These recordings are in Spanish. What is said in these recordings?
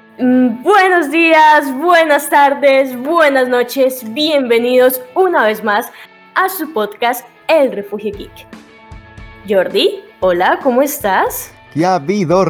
Buenos días, buenas tardes, buenas noches, bienvenidos una vez más a su podcast El Refugio Geek. Jordi, hola, ¿cómo estás? ¿Qué ha habido,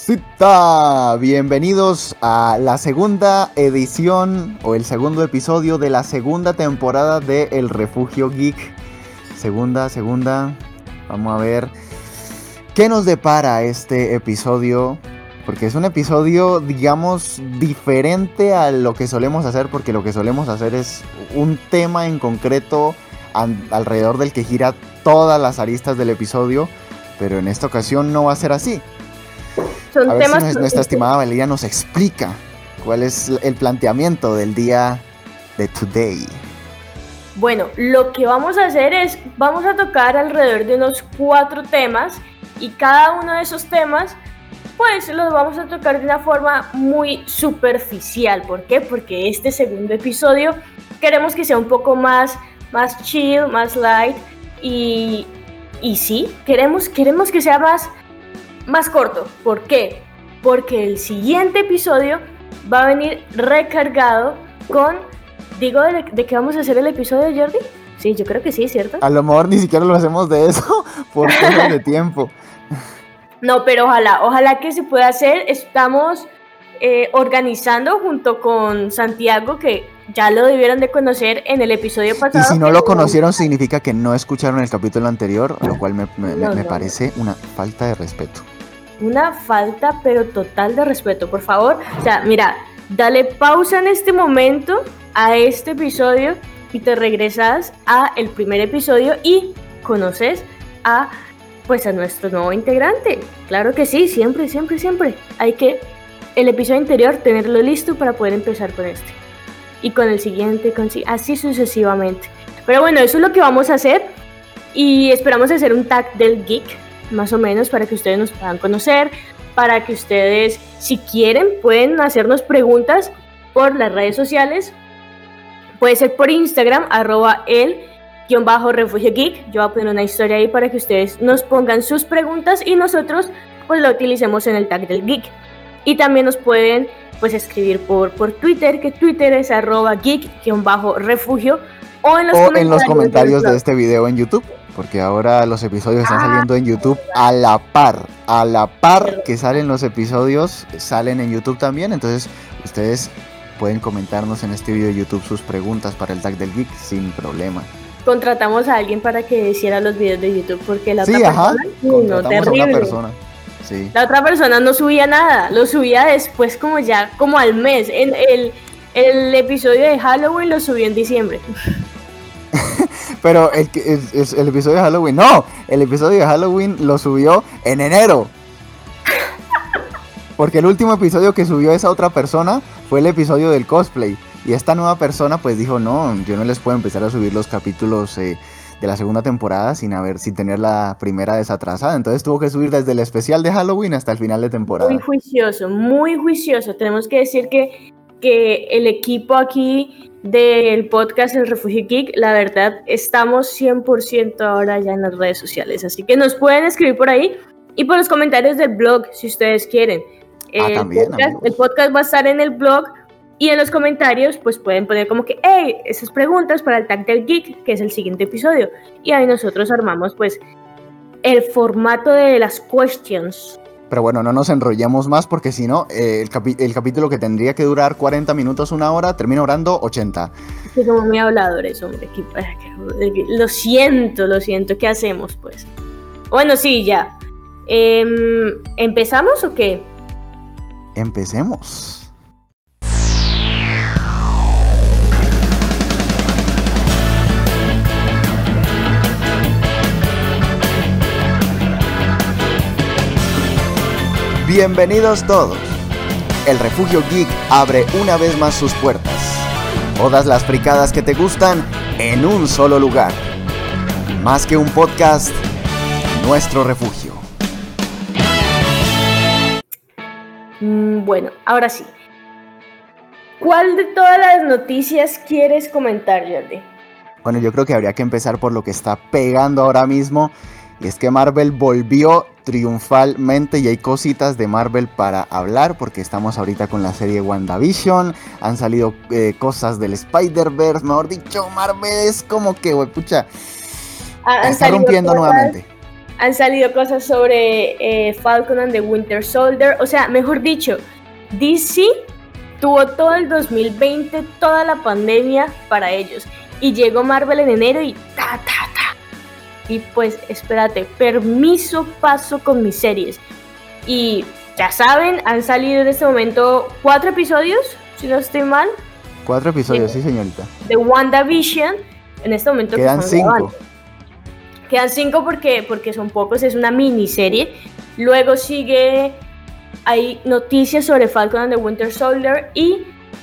racita? Bienvenidos a la segunda edición o el segundo episodio de la segunda temporada de El Refugio Geek. Segunda. Vamos a ver qué nos depara este episodio. Porque es un episodio, digamos, diferente a lo que solemos hacer. Porque lo que solemos hacer es un tema en concreto alrededor del que gira todas las aristas del episodio. Pero en esta ocasión no va a ser así. Son A ver temas si nuestra estimada Valeria nos explica cuál es el planteamiento del día de today. Bueno, lo que vamos a hacer es, vamos a tocar alrededor de unos 4 temas y cada uno de esos temas, pues los vamos a tocar de una forma muy superficial. ¿Por qué? Porque este segundo episodio queremos que sea un poco más chill, más light y sí, queremos que sea más corto. ¿Por qué? Porque el siguiente episodio va a venir recargado con... Digo, ¿de qué vamos a hacer el episodio, Jordi? Sí, yo creo que sí, ¿cierto? A lo mejor ni siquiera lo hacemos de eso por temas de tiempo. No, pero ojalá que se pueda hacer. Estamos organizando junto con Santiago, que ya lo debieron de conocer en el episodio pasado. Y si no lo conocieron significa que no escucharon el capítulo anterior, lo cual me parece una falta de respeto. Una falta, pero total de respeto, por favor. O sea, mira, dale pausa en este momento a este episodio y te regresas a el primer episodio y conoces a nuestro nuevo integrante. Claro que sí, siempre. Hay que el episodio anterior tenerlo listo para poder empezar con este. Y con el siguiente, así sucesivamente. Pero bueno, eso es lo que vamos a hacer. Y esperamos hacer un tag del geek, más o menos, para que ustedes nos puedan conocer. Para que ustedes, si quieren, pueden hacernos preguntas por las redes sociales. Puede ser por Instagram, @el_refugio geek. Yo voy a poner una historia ahí para que ustedes nos pongan sus preguntas y nosotros pues la utilicemos en el tag del geek. Y también nos pueden pues escribir por Twitter, que Twitter es @geek_refugio, o en los comentarios de este video en YouTube, porque ahora los episodios están saliendo en YouTube a la par que salen los episodios, salen en YouTube también. Entonces ustedes pueden comentarnos en este video de YouTube sus preguntas para el tag del geek sin problema. Contratamos a alguien para que hiciera los videos de YouTube, porque la otra persona, sí. La otra persona no subía nada, lo subía después como al mes. El episodio de Halloween lo subió en diciembre. Pero el episodio de Halloween, no, el episodio de Halloween lo subió en enero. Porque el último episodio que subió esa otra persona fue el episodio del cosplay. Y esta nueva persona pues dijo, no, yo no les puedo empezar a subir los capítulos de la segunda temporada sin tener la primera desatrasada. Entonces tuvo que subir desde el especial de Halloween hasta el final de temporada. Muy juicioso. Tenemos que decir que el equipo aquí del podcast El Refugio Geek, la verdad, estamos 100% ahora ya en las redes sociales. Así que nos pueden escribir por ahí y por los comentarios del blog, si ustedes quieren. El podcast va a estar en el blog y en los comentarios pues pueden poner como que esas preguntas para el tag del geek, que es el siguiente episodio, y ahí nosotros armamos pues el formato de las questions. Pero bueno, no nos enrollemos más, porque si no, el capítulo que tendría que durar 40 minutos, una hora, termina durando 80. Que somos muy habladores, hombre. Lo siento, ¿qué hacemos pues? Bueno, sí, ya. ¿Empezamos o qué? Empecemos. Bienvenidos todos. El Refugio Geek abre una vez más sus puertas. Todas las fricadas que te gustan en un solo lugar. Más que un podcast, nuestro refugio. Bueno, ahora sí. ¿Cuál de todas las noticias quieres comentar, Jordi? Bueno, yo creo que habría que empezar por lo que está pegando ahora mismo. Y es que Marvel volvió triunfalmente y hay cositas de Marvel para hablar porque estamos ahorita con la serie WandaVision, han salido cosas del Spider-Verse, mejor dicho, Marvel es como que, pucha, está rompiendo nuevamente. Han salido cosas sobre Falcon and the Winter Soldier, o sea, mejor dicho, DC tuvo todo el 2020, toda la pandemia para ellos, y llegó Marvel en enero y y pues espérate, permiso paso con mis series. Y ya saben, han salido en este momento 4 episodios, si no estoy mal. 4 episodios, sí señorita. De WandaVision, en este momento quedan 5. Quedan 5 porque son pocos, es una miniserie. Luego sigue, hay noticias sobre Falcon and the Winter Soldier y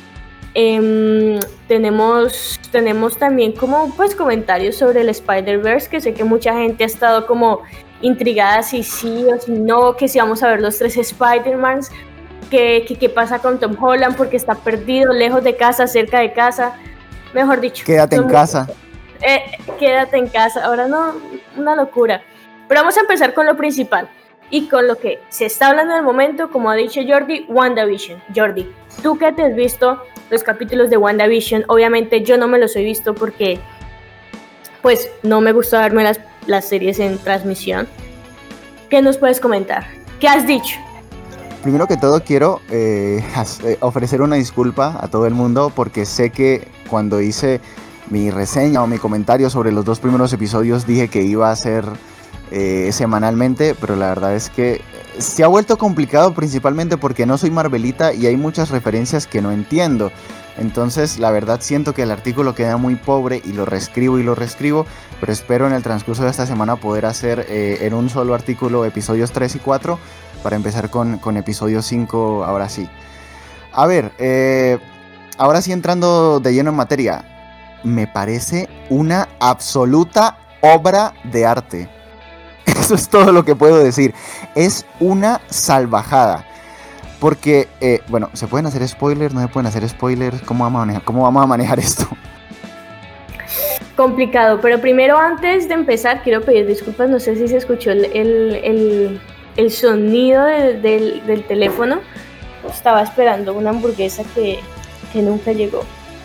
tenemos también como pues comentarios sobre el Spider-Verse, que sé que mucha gente ha estado como intrigada si sí o si no, que si vamos a ver los 3 Spider-Mans, qué pasa con Tom Holland porque está perdido, lejos de casa, cerca de casa, mejor dicho. Quédate en casa. Quédate en casa, ahora no, una locura. Pero vamos a empezar con lo principal y con lo que se está hablando en el momento, como ha dicho Jordi, WandaVision. Jordi, tú que te has visto los capítulos de WandaVision, obviamente yo no me los he visto porque pues no me gusta verme las series en transmisión. ¿Qué nos puedes comentar? ¿Qué has dicho? Primero que todo quiero ofrecer una disculpa a todo el mundo porque sé que cuando hice mi reseña o mi comentario sobre los 2 primeros episodios dije que iba a ser semanalmente, pero la verdad es que se ha vuelto complicado principalmente porque no soy Marvelita y hay muchas referencias que no entiendo. Entonces la verdad siento que el artículo queda muy pobre y lo reescribo, pero espero en el transcurso de esta semana poder hacer en un solo artículo episodios 3 y 4 para empezar con episodio 5 ahora sí. A ver, ahora sí entrando de lleno en materia, me parece una absoluta obra de arte. Eso es todo lo que puedo decir. Es una salvajada. Porque, bueno, ¿se pueden hacer spoilers? ¿No se pueden hacer spoilers? ¿Cómo vamos a manejar esto? Complicado, pero primero antes de empezar quiero pedir disculpas. No sé si se escuchó el sonido del teléfono. Estaba esperando una hamburguesa que nunca llegó.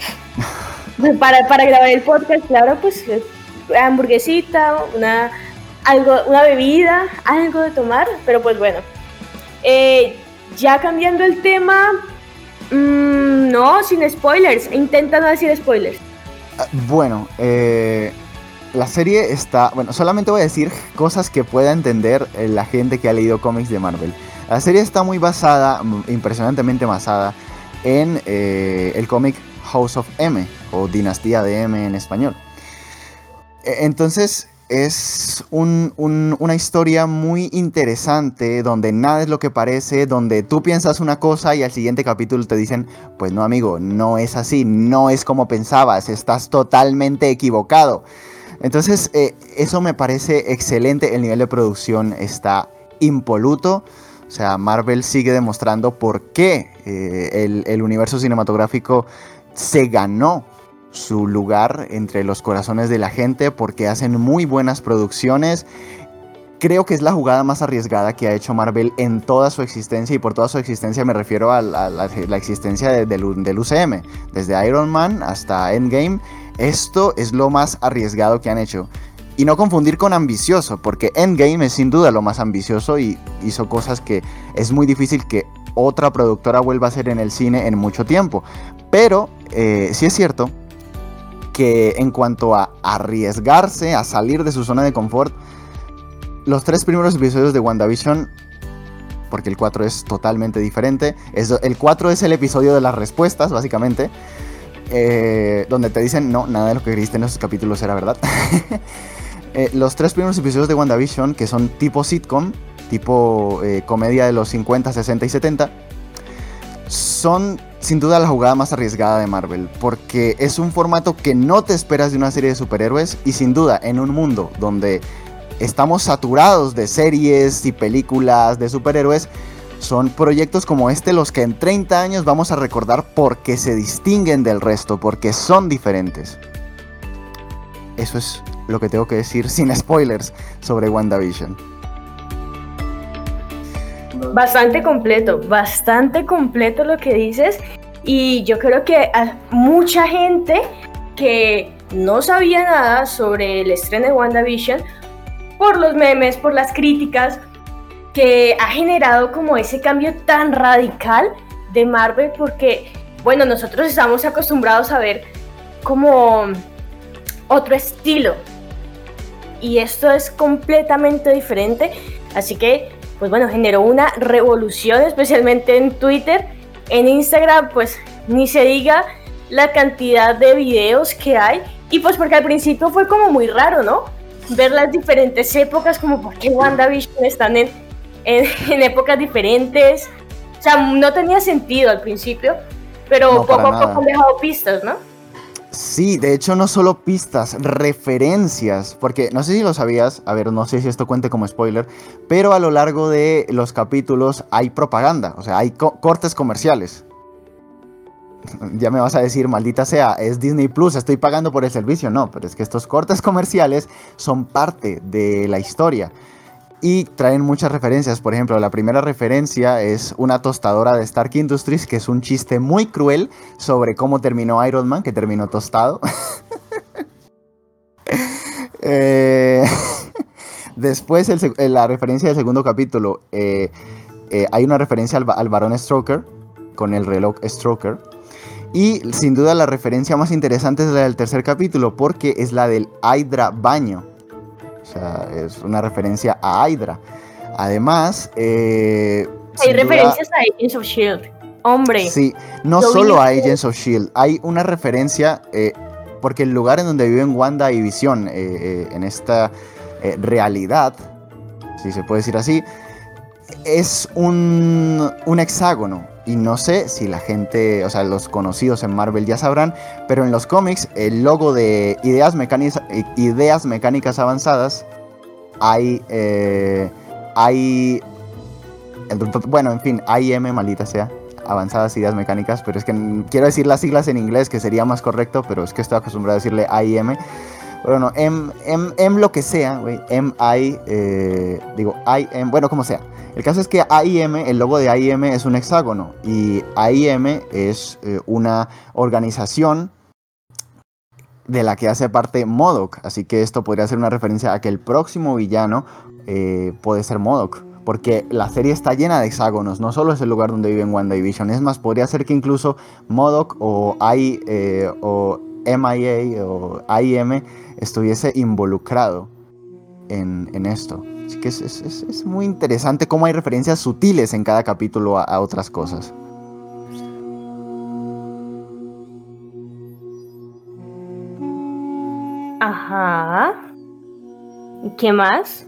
Para grabar el podcast, claro, pues hamburguesita, una bebida, algo de tomar, pero pues bueno. Ya cambiando el tema, no, sin spoilers, intenta no decir spoilers. Bueno, la serie está, bueno, solamente voy a decir cosas que pueda entender la gente que ha leído cómics de Marvel. La serie está muy basada, impresionantemente basada, en el cómic House of M, o Dinastía de M en español. Entonces es una historia muy interesante donde nada es lo que parece, donde tú piensas una cosa y al siguiente capítulo te dicen, pues no amigo, no es así, no es como pensabas, estás totalmente equivocado. Entonces eso me parece excelente, el nivel de producción está impoluto. O sea, Marvel sigue demostrando por qué el universo cinematográfico se ganó su lugar entre los corazones de la gente porque hacen muy buenas producciones. Creo que es la jugada más arriesgada que ha hecho Marvel en toda su existencia, y por toda su existencia me refiero a la existencia del UCM. Desde Iron Man hasta Endgame, esto es lo más arriesgado que han hecho. Y no confundir con ambicioso, porque Endgame es sin duda lo más ambicioso y hizo cosas que es muy difícil que otra productora vuelva a hacer en el cine en mucho tiempo. Pero sí es cierto que en cuanto a arriesgarse, a salir de su zona de confort, los 3 primeros episodios de WandaVision, porque el 4 es totalmente diferente, el 4 es el episodio de las respuestas, básicamente, donde te dicen, no, nada de lo que creíste en esos capítulos era verdad. Los 3 primeros episodios de WandaVision, que son tipo sitcom, tipo comedia de los 50, 60 y 70, son sin duda la jugada más arriesgada de Marvel, porque es un formato que no te esperas de una serie de superhéroes, y sin duda en un mundo donde estamos saturados de series y películas de superhéroes, son proyectos como este los que en 30 años vamos a recordar porque se distinguen del resto, porque son diferentes. Eso es lo que tengo que decir sin spoilers sobre WandaVision. Bastante completo lo que dices. Y yo creo que a mucha gente que no sabía nada sobre el estreno de WandaVision, por los memes, por las críticas, que ha generado como ese cambio tan radical de Marvel, porque, bueno, nosotros estamos acostumbrados a ver como otro estilo, y esto es completamente diferente, así que, pues bueno, generó una revolución, especialmente en Twitter. En Instagram, pues ni se diga la cantidad de videos que hay, y pues porque al principio fue como muy raro, ¿no? Ver las diferentes épocas, como por qué WandaVision están en épocas diferentes. O sea, no tenía sentido al principio, pero No, poco para a poco nada. han dejado pistas, ¿no? Sí, de hecho no solo pistas, referencias, porque no sé si lo sabías, a ver, no sé si esto cuente como spoiler, pero a lo largo de los capítulos hay propaganda, o sea, hay cortes comerciales. Ya me vas a decir, maldita sea, es Disney Plus, estoy pagando por el servicio. No, pero es que estos cortes comerciales son parte de la historia y traen muchas referencias. Por ejemplo, la primera referencia es una tostadora de Stark Industries, que es un chiste muy cruel sobre cómo terminó Iron Man, que terminó tostado. Eh, Después, la referencia del segundo capítulo, hay una referencia al Barón Stroker, con el reloj Stroker. Y sin duda la referencia más interesante es la del tercer capítulo, porque es la del Hydra baño. O sea, es una referencia a Hydra. Además, Hay referencias a Agents of S.H.I.E.L.D. Hombre. Sí, no solo a Agents of S.H.I.E.L.D. Hay una referencia, porque el lugar en donde viven Wanda y Visión, en esta realidad, si se puede decir así, es un hexágono. Y no sé si la gente, o sea, los conocidos en Marvel ya sabrán, pero en los cómics el logo de Ideas Mecánicas Avanzadas hay, bueno, en fin, AIM, maldita sea, Avanzadas Ideas Mecánicas, pero es que quiero decir las siglas en inglés, que sería más correcto, pero es que estoy acostumbrado a decirle AIM. Bueno, lo que sea, güey, IM, bueno, como sea. El caso es que AIM, el logo de AIM es un hexágono, y AIM es una organización de la que hace parte MODOK, así que esto podría ser una referencia a que el próximo villano puede ser MODOK, porque la serie está llena de hexágonos, no solo es el lugar donde vive WandaVision, es más, podría ser que incluso MODOK o MIA o AIM estuviese involucrado en esto. Así que es muy interesante cómo hay referencias sutiles en cada capítulo a otras cosas. Ajá. ¿Qué más?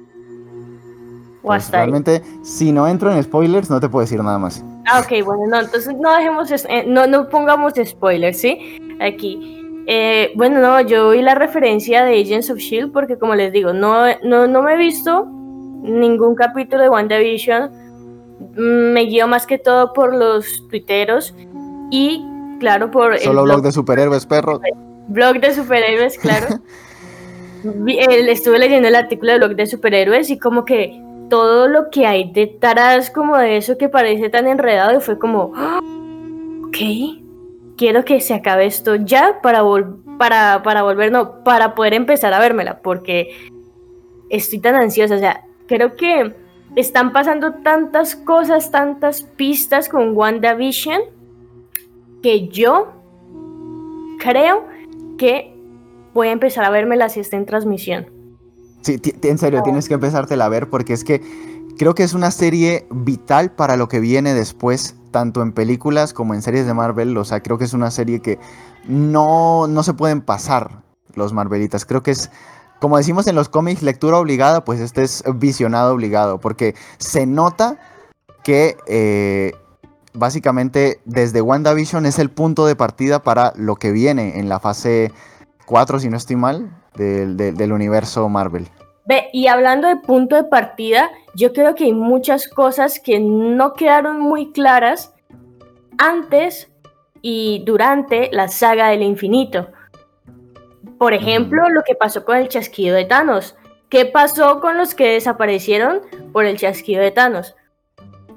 Pues realmente, si no entro en spoilers, no te puedo decir nada más. Ah, ok, bueno, no, entonces no dejemos, no pongamos spoilers, ¿sí? Aquí. Bueno, no, yo vi la referencia de Agents of S.H.I.E.L.D. porque, como les digo, no me he visto ningún capítulo de WandaVision. Me guío más que todo por los tuiteros y, claro, por Solo blog de superhéroes, perro. Blog de superhéroes, claro. Estuve leyendo el artículo de Blog de superhéroes y como que todo lo que hay detrás como de eso que parece tan enredado, y fue como, ok, quiero que se acabe esto ya para volver, no, para poder empezar a vérmela, porque estoy tan ansiosa. O sea, creo que están pasando tantas cosas, tantas pistas con WandaVision, que yo creo que voy a empezar a vérmela si está en transmisión. Sí, en serio, tienes que empezártela a ver, porque es que creo que es una serie vital para lo que viene después, tanto en películas como en series de Marvel. O sea, creo que es una serie que no se pueden pasar los Marvelitas. Creo que es, como decimos en los cómics, lectura obligada, pues este es visionado obligado, porque se nota que básicamente desde WandaVision es el punto de partida para lo que viene en la fase 4, si no estoy mal, del universo Marvel. Ve, y hablando de punto de partida, yo creo que hay muchas cosas que no quedaron muy claras antes y durante la saga del infinito. Por ejemplo, lo que pasó con el chasquido de Thanos. ¿Qué pasó con los que desaparecieron por el chasquido de Thanos?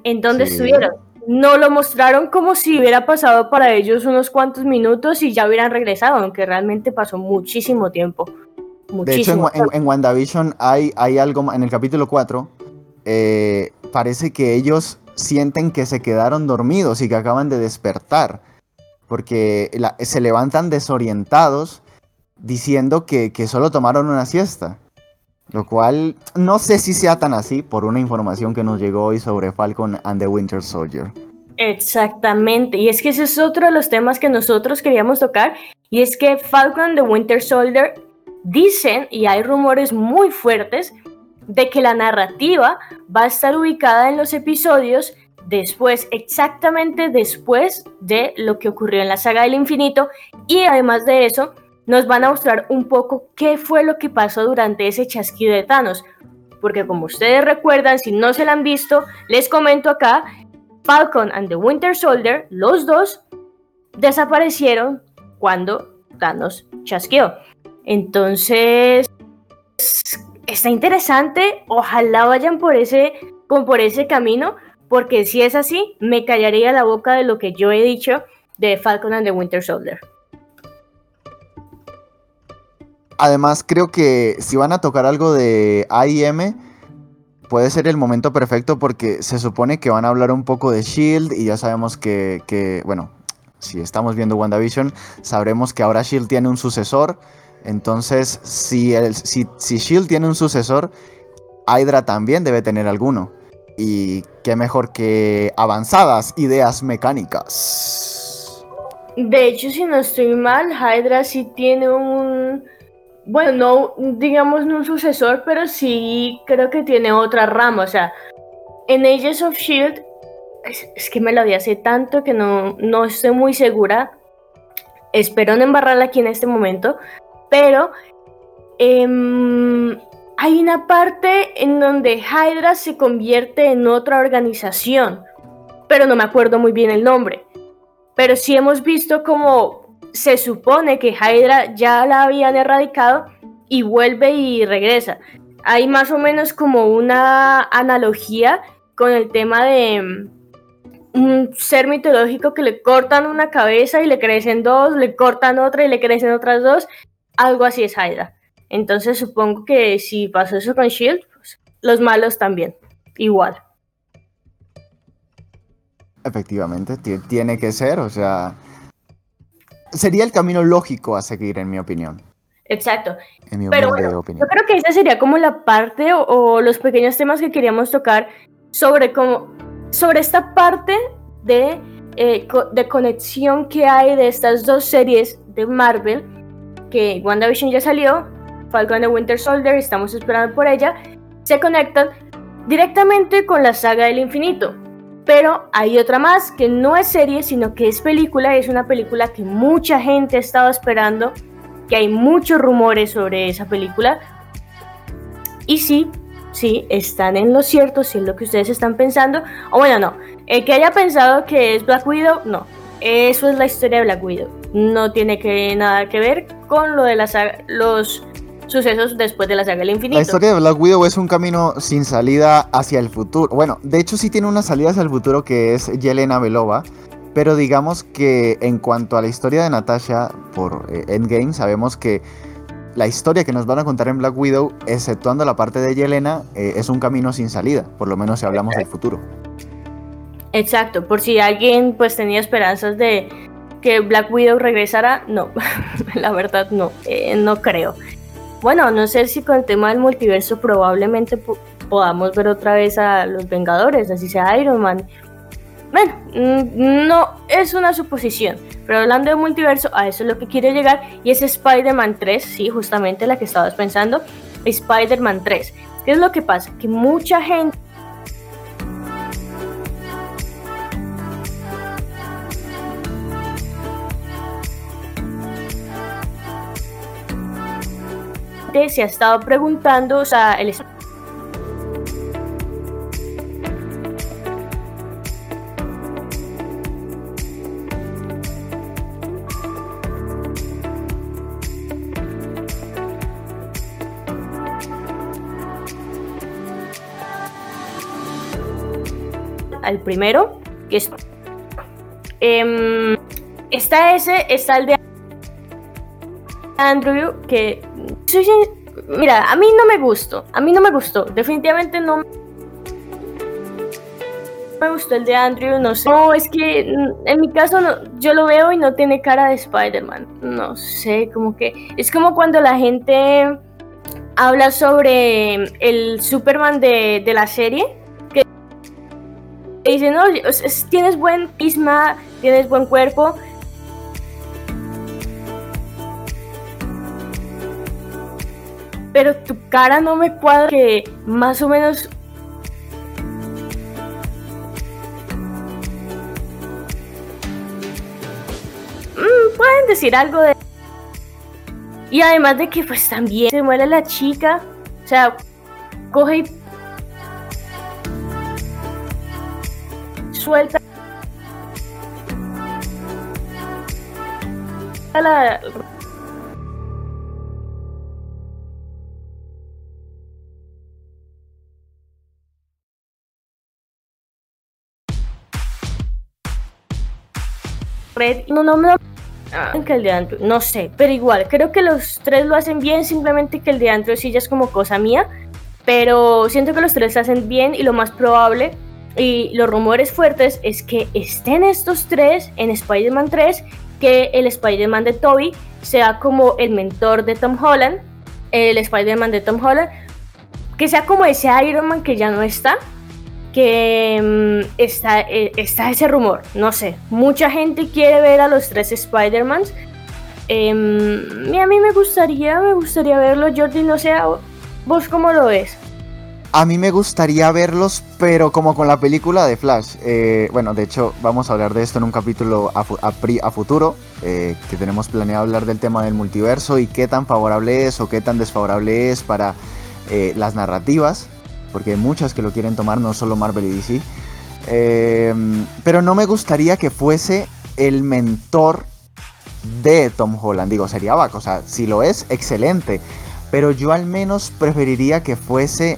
¿En dónde Sí. estuvieron? No lo mostraron como si hubiera pasado para ellos unos cuantos minutos y ya hubieran regresado, aunque realmente pasó muchísimo tiempo. De hecho, Muchísimo. en WandaVision hay algo, en el capítulo 4, parece que ellos sienten que se quedaron dormidos y que acaban de despertar, porque se levantan desorientados diciendo que solo tomaron una siesta, lo cual no sé si sea tan así por una información que nos llegó hoy sobre Falcon and the Winter Soldier. Exactamente, y es que ese es otro de los temas que nosotros queríamos tocar, y es que Falcon and the Winter Soldier dicen, y hay rumores muy fuertes, de que la narrativa va a estar ubicada en los episodios después, exactamente después de lo que ocurrió en la saga del infinito, y además de eso, nos van a mostrar un poco qué fue lo que pasó durante ese chasquido de Thanos, porque como ustedes recuerdan, si no se la han visto, les comento acá, Falcon and the Winter Soldier, los dos, desaparecieron cuando Thanos chasqueó. Entonces, está interesante, ojalá vayan por ese camino, porque si es así, me callaría la boca de lo que yo he dicho de Falcon and the Winter Soldier. Además, creo que si van a tocar algo de AIM, puede ser el momento perfecto porque se supone que van a hablar un poco de S.H.I.E.L.D. y ya sabemos que bueno, si estamos viendo WandaVision, sabremos que ahora S.H.I.E.L.D. tiene un sucesor. Entonces, si S.H.I.E.L.D. tiene un sucesor, Hydra también debe tener alguno. Y qué mejor que avanzadas ideas mecánicas. De hecho, si no estoy mal, Hydra sí tiene bueno, no digamos no un sucesor, pero sí creo que tiene otra rama. O sea, en Agents of S.H.I.E.L.D., es que me la vi hace tanto que no estoy muy segura. Espero no embarrarla aquí en este momento, pero hay una parte en donde Hydra se convierte en otra organización, pero no me acuerdo muy bien el nombre. Pero sí hemos visto como se supone que Hydra ya la habían erradicado y vuelve y regresa. Hay más o menos como una analogía con el tema de un ser mitológico que le cortan una cabeza y le crecen dos, le cortan otra y le crecen otras dos. Algo así es Hydra. Entonces supongo que si pasó eso con S.H.I.E.L.D., pues, los malos también, igual. Efectivamente, tiene que ser, o sea, sería el camino lógico a seguir, en mi opinión. Exacto. En mi Pero humilde bueno, opinión. yo creo que esa sería como la parte o los pequeños temas que queríamos tocar sobre esta parte de conexión que hay de estas dos series de Marvel, que WandaVision ya salió, Falcon and the Winter Soldier, estamos esperando por ella, se conectan directamente con la saga del infinito. Pero hay otra más que no es serie, sino que es película, y es una película que mucha gente ha estado esperando, que hay muchos rumores sobre esa película. Y sí, están en lo cierto, si es lo que ustedes están pensando. O bueno, no, el que haya pensado que es Black Widow, no. Eso es la historia de Black Widow. No tiene nada que ver con lo de los sucesos después de la saga del infinito. La historia de Black Widow es un camino sin salida hacia el futuro. Bueno, de hecho sí tiene una salida hacia el futuro que es Yelena Belova. Pero digamos que en cuanto a la historia de Natasha por Endgame, sabemos que la historia que nos van a contar en Black Widow, exceptuando la parte de Yelena, es un camino sin salida, por lo menos si hablamos del futuro. Exacto, por si alguien pues tenía esperanzas de que Black Widow regresara, no, la verdad no, no creo. Bueno, no sé si con el tema del multiverso probablemente podamos ver otra vez a los Vengadores, así sea Iron Man. Bueno, no es una suposición, pero hablando de multiverso, a eso es lo que quiero llegar, y es Spider-Man 3, sí, justamente la que estabas pensando, Spider-Man 3. ¿Qué es lo que pasa? Que mucha gente se ha estado preguntando, o sea, al primero, que es... está el de Andrew, que... Mira, a mí no me gustó, definitivamente no me gustó el de Andrew, no sé. No, es que en mi caso yo lo veo y no tiene cara de Spider-Man, no sé, como que... Es como cuando la gente habla sobre el Superman de la serie, que dice, no, tienes buen carisma, tienes buen cuerpo, pero tu cara no me cuadra, que más o menos... pueden decir algo de... Y además de que pues también se muere la chica, o sea, coge y suelta la... red, no me que el de Andrew, no sé, pero igual, creo que los tres lo hacen bien, simplemente que el de Andrew sí ya es como cosa mía, pero siento que los tres hacen bien y lo más probable, y los rumores fuertes, es que estén estos tres en Spider-Man 3, que el Spider-Man de Tobey sea como el mentor de Tom Holland, el Spider-Man de Tom Holland, que sea como ese Iron Man que ya no está, que está ese rumor, no sé, mucha gente quiere ver a los tres Spider-Mans. A mí me gustaría verlo, Jordi, no sé, ¿vos cómo lo ves? A mí me gustaría verlos, pero como con la película de Flash. Bueno, de hecho, vamos a hablar de esto en un capítulo a futuro, que tenemos planeado hablar del tema del multiverso y qué tan favorable es o qué tan desfavorable es para las narrativas, porque hay muchas que lo quieren tomar, no solo Marvel y DC. Pero no me gustaría que fuese el mentor de Tom Holland. Digo, sería vaco, o sea, si lo es, excelente. Pero yo al menos preferiría que fuesen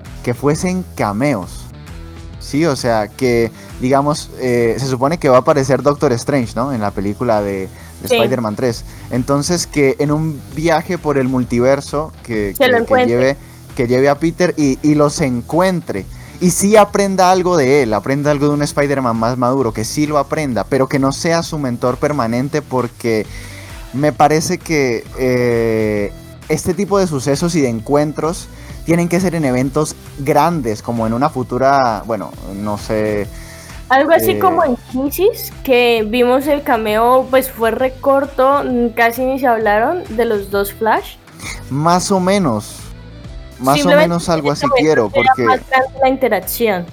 cameos. Sí, o sea, que digamos, se supone que va a aparecer Doctor Strange, ¿no? En la película de sí. Spider-Man 3. Entonces que en un viaje por el multiverso que lleve a Peter y los encuentre. Y sí aprenda algo de él, aprenda algo de un Spider-Man más maduro, que sí lo aprenda, pero que no sea su mentor permanente, porque me parece que este tipo de sucesos y de encuentros tienen que ser en eventos grandes, como en una futura, bueno, no sé... Algo así como en Crisis, que vimos el cameo, pues fue recorto, casi ni se hablaron de los dos Flash. Más o menos algo así quiero, porque... más grande la interacción.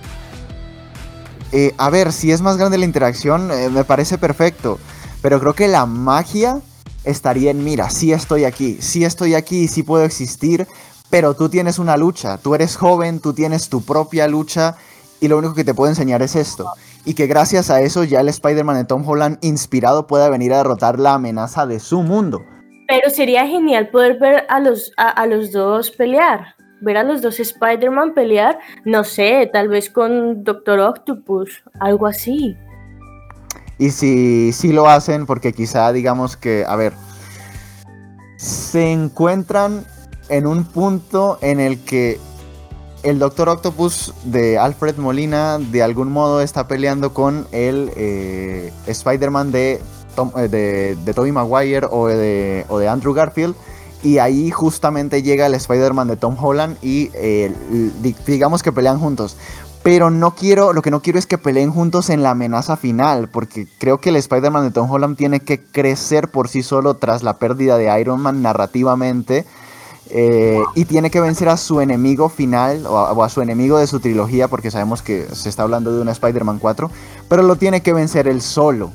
A ver, si es más grande la interacción, me parece perfecto, pero creo que la magia estaría en, mira, sí estoy aquí, sí puedo existir, pero tú tienes una lucha, tú eres joven, tú tienes tu propia lucha y lo único que te puedo enseñar es esto. Y que gracias a eso ya el Spider-Man de Tom Holland inspirado pueda venir a derrotar la amenaza de su mundo. Pero sería genial poder ver a los dos pelear, ver a los dos Spider-Man pelear, no sé, tal vez con Doctor Octopus, algo así. Y si lo hacen, porque quizá digamos que, a ver, se encuentran en un punto en el que el Doctor Octopus de Alfred Molina de algún modo está peleando con el Spider-Man de Tobey Maguire o de Andrew Garfield, y ahí justamente llega el Spider-Man de Tom Holland y digamos que pelean juntos. Pero lo que no quiero es que peleen juntos en la amenaza final, porque creo que el Spider-Man de Tom Holland tiene que crecer por sí solo tras la pérdida de Iron Man narrativamente, y tiene que vencer a su enemigo final o a su enemigo de su trilogía, porque sabemos que se está hablando de un Spider-Man 4, pero lo tiene que vencer él solo.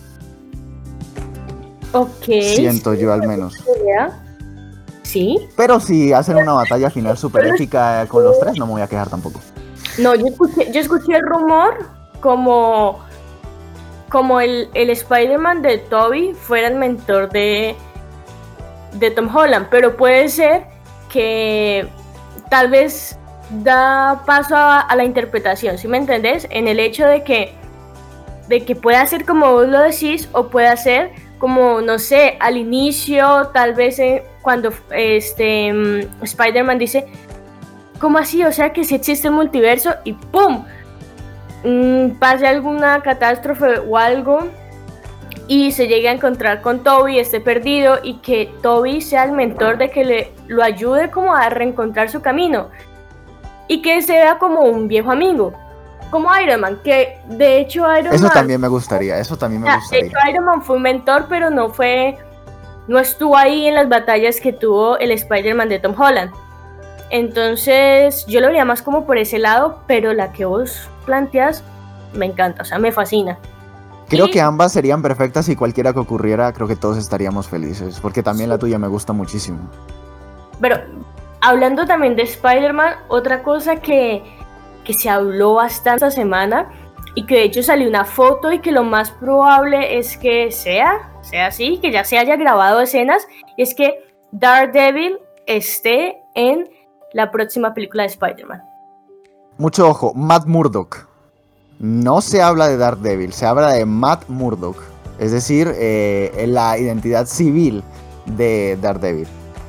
Ok. Siento yo al menos. Sí. Pero si hacen una batalla final super épica con los tres, no me voy a quejar tampoco. No, yo escuché el rumor como el Spider-Man de Tobey fuera el mentor de Tom Holland, pero puede ser que tal vez da paso a la interpretación, ¿sí me entendés? En el hecho de que pueda ser como vos lo decís, o pueda ser como, no sé, al inicio, tal vez cuando Spider-Man dice, ¿cómo así? O sea que si existe un multiverso y ¡pum! Pase alguna catástrofe o algo y se llegue a encontrar con Toby, esté perdido, y que Toby sea el mentor de que lo ayude como a reencontrar su camino y que se vea como un viejo amigo, como Iron Man, que de hecho Eso también me gustaría. De hecho Iron Man fue un mentor, pero no estuvo ahí en las batallas que tuvo el Spider-Man de Tom Holland. Entonces yo lo vería más como por ese lado, pero la que vos planteas me encanta, o sea, me fascina. Creo que ambas serían perfectas y cualquiera que ocurriera, creo que todos estaríamos felices, porque también la tuya me gusta muchísimo. Pero hablando también de Spider-Man, otra cosa que se habló bastante esta semana, y que de hecho salió una foto y que lo más probable es que sea así, que ya se haya grabado escenas, y es que Daredevil esté en la próxima película de Spider-Man. Mucho ojo, Matt Murdock. No se habla de Daredevil, se habla de Matt Murdock, es decir, la identidad civil de Daredevil.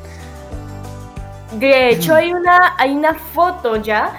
De hecho hay una foto ya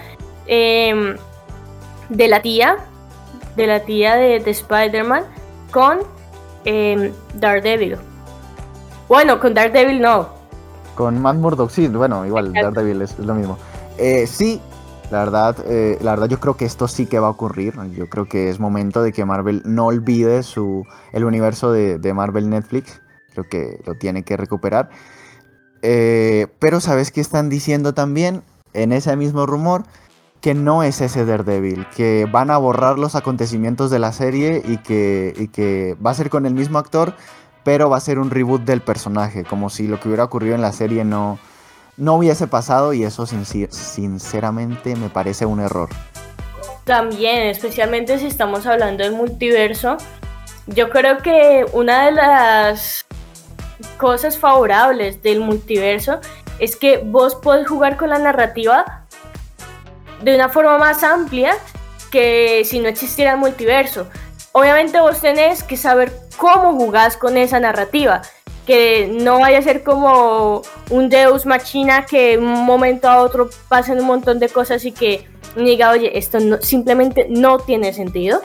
de la tía de Spider-Man con Daredevil. Bueno, con Daredevil no. Con Matt Murdock, sí, bueno, igual Daredevil es lo mismo. Sí, la verdad yo creo que esto sí que va a ocurrir. Yo creo que es momento de que Marvel no olvide el universo de Marvel Netflix. Creo que lo tiene que recuperar. Pero ¿sabes qué están diciendo también en ese mismo rumor? Que no es ese Daredevil, que van a borrar los acontecimientos de la serie y que va a ser con el mismo actor, pero va a ser un reboot del personaje, como si lo que hubiera ocurrido en la serie no hubiese pasado, y eso sinceramente me parece un error. También, especialmente si estamos hablando del multiverso, yo creo que una de las cosas favorables del multiverso es que vos podés jugar con la narrativa de una forma más amplia que si no existiera el multiverso. Obviamente vos tenés que saber cómo jugás con esa narrativa, que no vaya a ser como un Deus Machina que de un momento a otro pasen un montón de cosas y que diga, oye, esto simplemente no tiene sentido.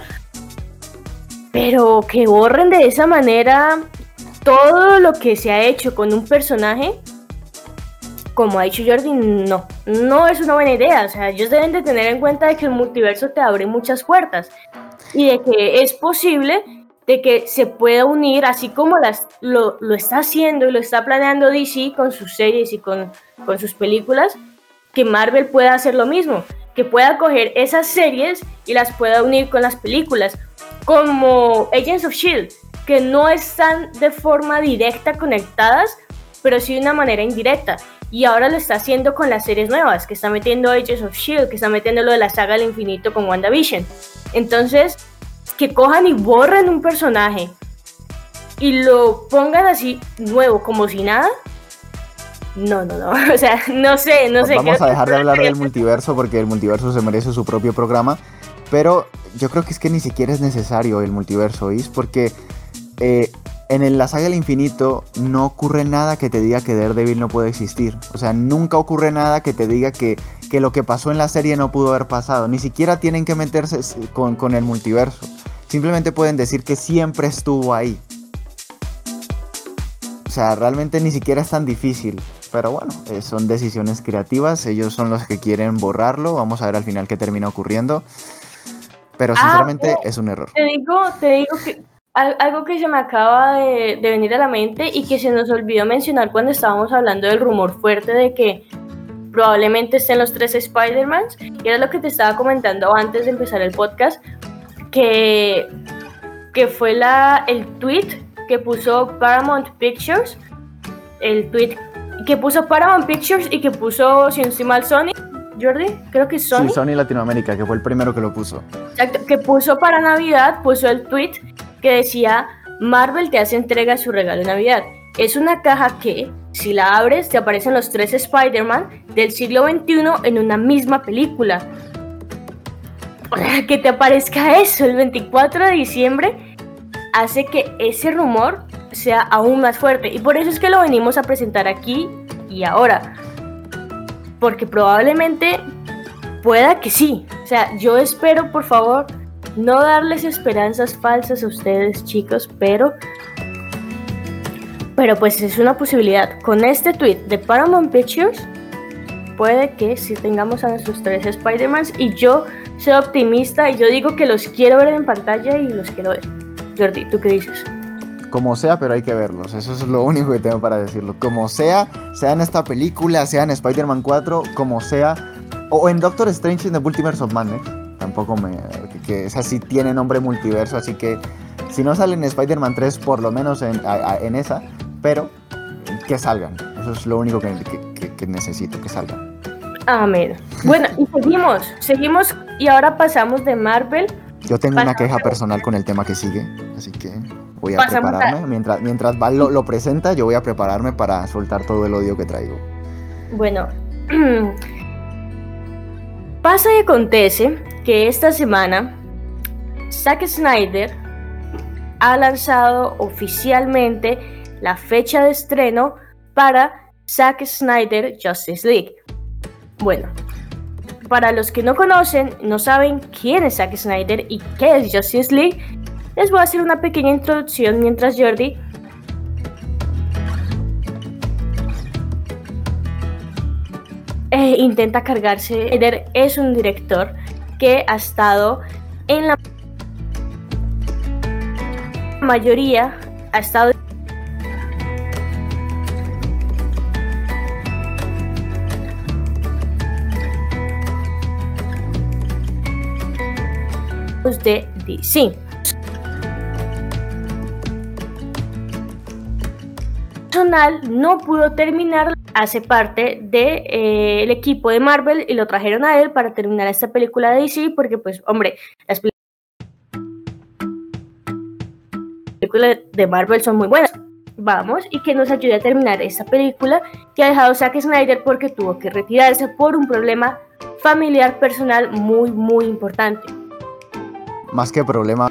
Pero que borren de esa manera todo lo que se ha hecho con un personaje, como ha dicho Jordi, no es una buena idea. O sea, ellos deben de tener en cuenta de que el multiverso te abre muchas puertas y de que es posible de que se pueda unir, así como lo está haciendo y lo está planeando DC con sus series y con sus películas, que Marvel pueda hacer lo mismo, que pueda coger esas series y las pueda unir con las películas, como Agents of S.H.I.E.L.D., que no están de forma directa conectadas, pero sí de una manera indirecta. Y ahora lo está haciendo con las series nuevas, que está metiendo Agents of S.H.I.E.L.D., que está metiendo lo de la saga del infinito con WandaVision. Entonces, que cojan y borren un personaje y lo pongan así nuevo, como si nada. No. O sea, no sé. Vamos a dejar de hablar del multiverso porque el multiverso se merece su propio programa. Pero yo creo que es que ni siquiera es necesario el multiverso, ¿oís? Porque en la saga del infinito no ocurre nada que te diga que Daredevil no puede existir. O sea, nunca ocurre nada que te diga que lo que pasó en la serie no pudo haber pasado. Ni siquiera tienen que meterse con el multiverso. Simplemente pueden decir que siempre estuvo ahí. O sea, realmente ni siquiera es tan difícil. Pero bueno, son decisiones creativas. Ellos son los que quieren borrarlo. Vamos a ver al final qué termina ocurriendo. Pero sinceramente es un error. Te digo que algo que se me acaba de venir a la mente y que se nos olvidó mencionar cuando estábamos hablando del rumor fuerte de que probablemente estén los 3 Spider-Mans, y era lo que te estaba comentando antes de empezar el podcast, que fue el tweet que puso Paramount Pictures, y que puso, si no estoy mal, Sony, Jordi, creo que es Sony. Sí, Sony Latinoamérica, que fue el primero que lo puso. Exacto, que puso para Navidad, puso el tweet que decía, Marvel te hace entrega su regalo de Navidad. Es una caja que, si la abres, te aparecen los 3 Spider-Man del siglo XXI en una misma película. O sea, que te aparezca eso el 24 de diciembre hace que ese rumor sea aún más fuerte. Y por eso es que lo venimos a presentar aquí y ahora. Porque probablemente pueda que sí. O sea, yo espero, por favor, no darles esperanzas falsas a ustedes, chicos, pero pues es una posibilidad. Con este tweet de Paramount Pictures, puede que sí tengamos a nuestros 3 Spider-Mans, y yo soy optimista y yo digo que los quiero ver en pantalla y los quiero ver. Jordi, ¿tú qué dices? Como sea, pero hay que verlos. Eso es lo único que tengo para decirlo. Como sea en esta película, sea en Spider-Man 4, como sea, o en Doctor Strange in the Multiverse of Madness. Tampoco que esa sí tiene nombre multiverso, así que si no sale en Spider-Man 3, por lo menos en esa, pero que salgan. Eso es lo único que necesito, que salgan. Amén. Bueno, y seguimos y ahora pasamos de Marvel. Yo tengo una queja personal con el tema que sigue, así que voy a prepararme. Mientras Val lo presenta, yo voy a prepararme para soltar todo el odio que traigo. Bueno, pasa y acontece que esta semana Zack Snyder ha lanzado oficialmente la fecha de estreno para Zack Snyder Justice League. Bueno, para los que no conocen, no saben quién es Zack Snyder y qué es Justice League, les voy a hacer una pequeña introducción mientras Jordi intenta cargarse. Snyder es un director que ha estado en la mayoría, ha estado de DC. Personal no pudo terminar, hace parte del equipo de Marvel y lo trajeron a él para terminar esta película de DC porque pues hombre, las películas de Marvel son muy buenas. Vamos, y que nos ayude a terminar esta película que ha dejado Zack Snyder porque tuvo que retirarse por un problema familiar personal muy muy importante. Más que problema,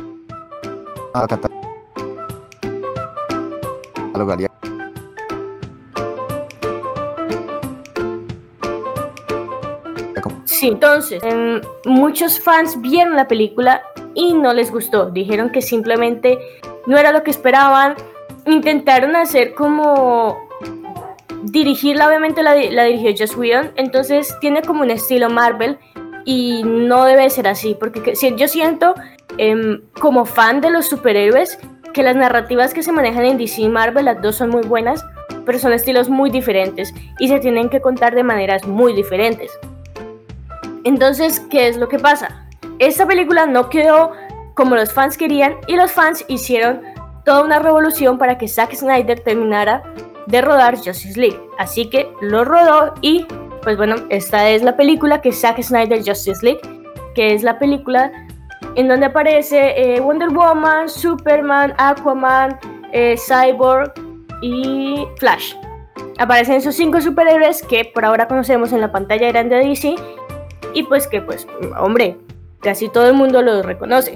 sí, entonces, muchos fans vieron la película y no les gustó. Dijeron que simplemente no era lo que esperaban. Intentaron hacer como dirigirla, obviamente la dirigió Joss Whedon, entonces tiene como un estilo Marvel. Y no debe ser así, porque yo siento, como fan de los superhéroes, que las narrativas que se manejan en DC y Marvel, las dos son muy buenas, pero son estilos muy diferentes y se tienen que contar de maneras muy diferentes. Entonces, ¿qué es lo que pasa? Esta película no quedó como los fans querían y los fans hicieron toda una revolución para que Zack Snyder terminara de rodar Justice League. Así que lo rodó y pues bueno, esta es la película que es Zack Snyder Justice League, que es la película en donde aparece Wonder Woman, Superman, Aquaman, Cyborg y Flash. Aparecen esos 5 superhéroes que por ahora conocemos en la pantalla grande de DC y pues que pues, hombre, casi todo el mundo los reconoce.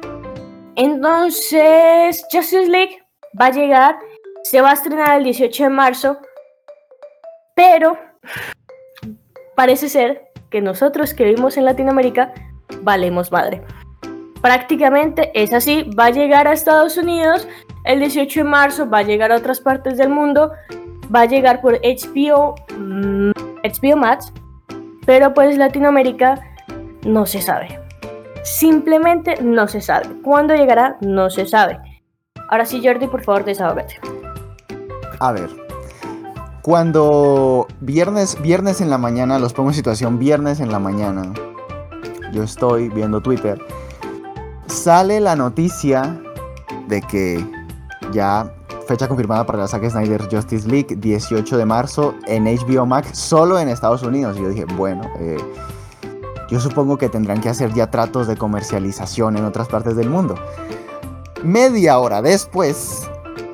Entonces, Justice League va a llegar, se va a estrenar el 18 de marzo, pero parece ser que nosotros que vivimos en Latinoamérica valemos madre. Prácticamente es así, va a llegar a Estados Unidos el 18 de marzo, va a llegar a otras partes del mundo, va a llegar por HBO Max, pero pues Latinoamérica no se sabe. Simplemente no se sabe. ¿Cuándo llegará? No se sabe. Ahora sí, Jordi, por favor, desahógate. A ver. Cuando viernes en la mañana, los pongo en situación, viernes en la mañana, yo estoy viendo Twitter, sale la noticia de que ya fecha confirmada para la Zack Snyder Justice League, 18 de marzo en HBO Max, solo en Estados Unidos. Y yo dije, bueno, yo supongo que tendrán que hacer ya tratos de comercialización en otras partes del mundo. Media hora después,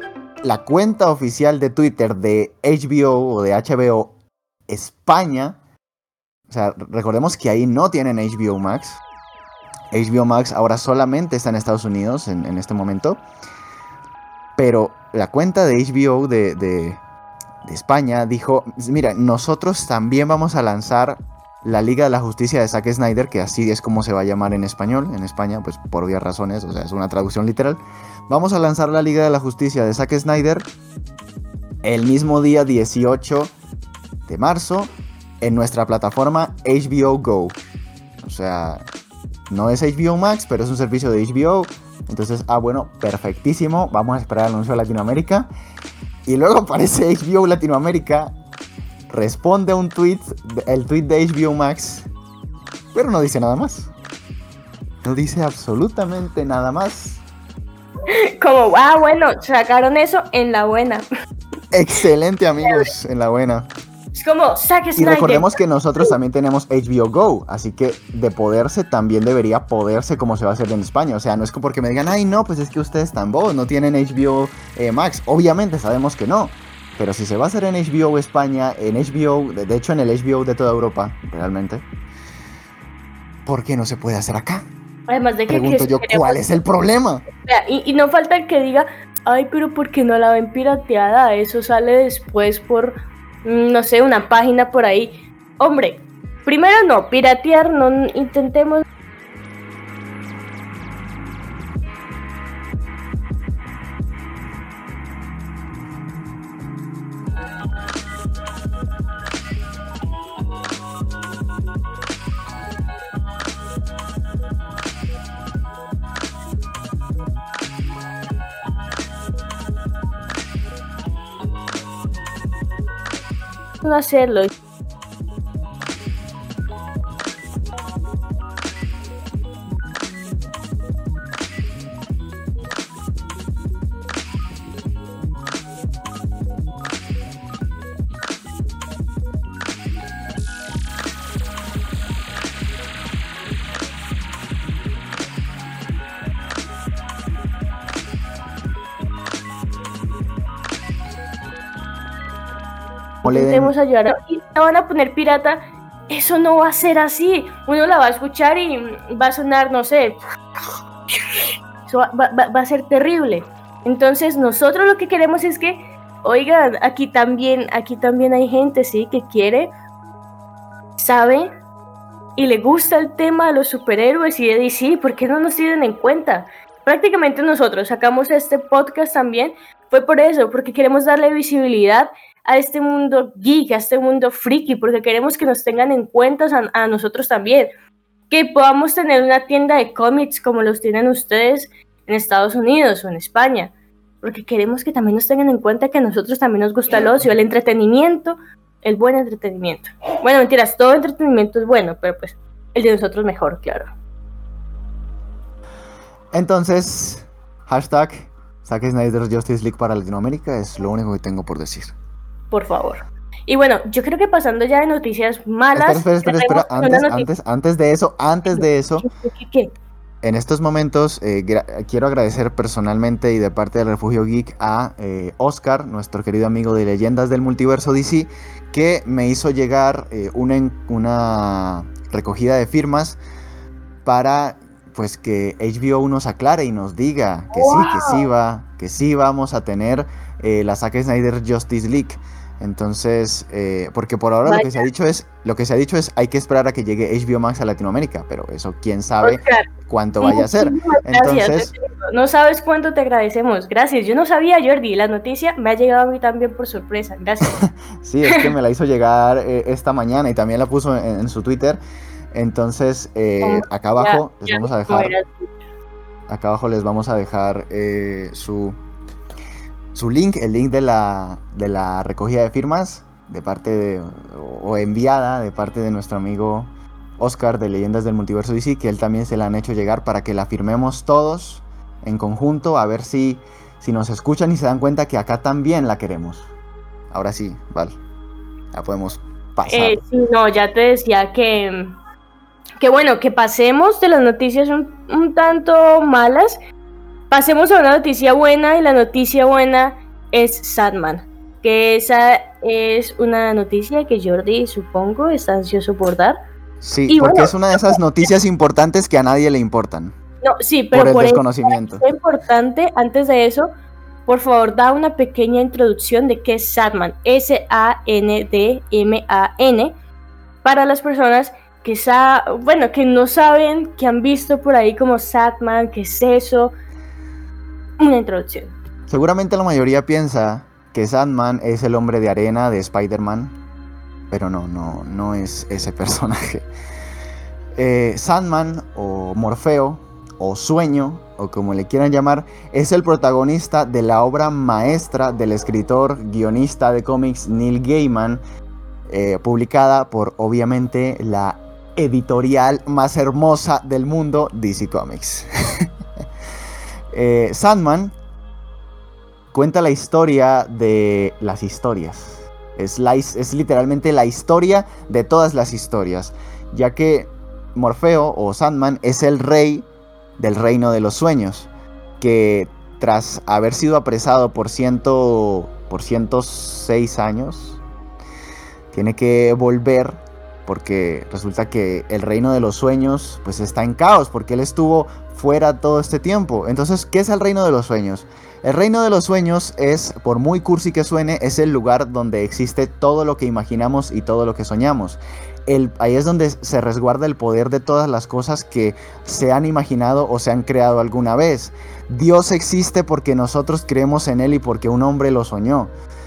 la cuenta oficial de Twitter de HBO o de HBO España, o sea, recordemos que ahí no tienen HBO Max. HBO Max ahora solamente está en Estados Unidos en este momento. Pero la cuenta de HBO de España dijo, mira, nosotros también vamos a lanzar la Liga de la Justicia de Zack Snyder, que así es como se va a llamar en español, en España, pues por obvias razones, o sea, es una traducción literal. Vamos a lanzar la Liga de la Justicia de Zack Snyder el mismo día 18 de marzo en nuestra plataforma HBO Go. O sea, no es HBO Max, pero es un servicio de HBO. Entonces, bueno, perfectísimo. Vamos a esperar el anuncio de Latinoamérica. Y luego aparece HBO Latinoamérica, responde a un tweet, el tweet de HBO Max, pero no dice nada más. No dice absolutamente nada más. Como, bueno, sacaron eso en la buena. Excelente, amigos, en la buena. Es como, Zack Snyder. Y recordemos que nosotros también tenemos HBO Go, así que de poderse también debería poderse como se va a hacer en España. O sea, no es porque me digan, ay no, pues es que ustedes están bobos, no tienen HBO Max. Obviamente sabemos que no, pero si se va a hacer en HBO España, en HBO, de hecho en el HBO de toda Europa, realmente, ¿por qué no se puede hacer acá? Además de que pregunto yo, ¿cuál es el problema? Y no falta el que diga, ay, pero ¿por qué no la ven pirateada? Eso sale después por, no sé, una página por ahí. Hombre, primero no, piratear, no intentemos. No hacerlo. Intentemos ayudar y la van a poner pirata. Eso no va a ser así. Uno la va a escuchar y va a sonar, no sé, eso va a ser terrible. Entonces nosotros lo que queremos es que, oigan, aquí también hay gente, sí, que quiere, sabe y le gusta el tema de los superhéroes y de DC. ¿Por qué no nos tienen en cuenta? Prácticamente nosotros sacamos este podcast también fue por eso, porque queremos darle visibilidad a este mundo geek, a este mundo friki, porque queremos que nos tengan en cuenta a nosotros también, que podamos tener una tienda de cómics como los tienen ustedes en Estados Unidos o en España, porque queremos que también nos tengan en cuenta que a nosotros también nos gusta el ocio, el entretenimiento, el buen entretenimiento. Bueno, mentiras, todo entretenimiento es bueno, pero pues el de nosotros mejor, claro. Entonces, hashtag Zack Snyder Justice League para Latinoamérica es lo único que tengo por decir. Por favor. Y bueno, yo creo que pasando ya de noticias malas... Espera. Antes de eso, ¿Qué? En estos momentos quiero agradecer personalmente y de parte del Refugio Geek a Oscar, nuestro querido amigo de Leyendas del Multiverso DC, que me hizo llegar una recogida de firmas para pues que HBO nos aclare y nos diga que ¡wow! que sí vamos a tener la Zack Snyder Justice League. Entonces, porque por ahora lo que se ha dicho es hay que esperar a que llegue HBO Max a Latinoamérica, pero eso quién sabe Oscar, cuánto vaya a ser. Entonces, no sabes cuánto te agradecemos. Gracias. Yo no sabía, Jordi, la noticia me ha llegado a mí también por sorpresa. Gracias. Sí, es que me la hizo llegar esta mañana y también la puso en su Twitter. Entonces, acá abajo les vamos a dejar. Acá abajo les vamos a dejar su link, el link de la recogida de firmas de parte o enviada de parte de nuestro amigo Oscar de Leyendas del Multiverso DC, que él también se la han hecho llegar para que la firmemos todos en conjunto, a ver si nos escuchan y se dan cuenta que acá también la queremos. Ahora sí, vale, la podemos pasar. Sí, no, ya te decía que bueno, que pasemos de las noticias un tanto malas. Pasemos a una noticia buena, y la noticia buena es Sandman. Que esa es una noticia que Jordi, supongo, está ansioso por dar. Sí, y porque bueno, es una de esas noticias importantes que a nadie le importan. No, sí, Por pero el por eso desconocimiento. es importante, antes de eso, por favor, da una pequeña introducción de qué es Sandman. Sandman, para las personas que que no saben, que han visto por ahí como Sandman, qué es eso. Una introducción. Seguramente la mayoría piensa que Sandman es el hombre de arena de Spider-Man, pero no es ese personaje. Sandman o Morfeo o Sueño o como le quieran llamar es el protagonista de la obra maestra del escritor guionista de cómics Neil Gaiman, publicada por obviamente la editorial más hermosa del mundo, DC Comics. Sandman cuenta la historia de las historias. Es literalmente la historia de todas las historias, ya que Morfeo o Sandman es el rey del reino de los sueños, que tras haber sido apresado por 106 años, tiene que volver porque resulta que el reino de los sueños pues está en caos, porque él estuvo fuera todo este tiempo. Entonces, ¿qué es el reino de los sueños? El reino de los sueños es, por muy cursi que suene, es el lugar donde existe todo lo que imaginamos y todo lo que soñamos. Ahí es donde se resguarda el poder de todas las cosas que se han imaginado o se han creado alguna vez. Dios existe porque nosotros creemos en él y porque un hombre lo soñó.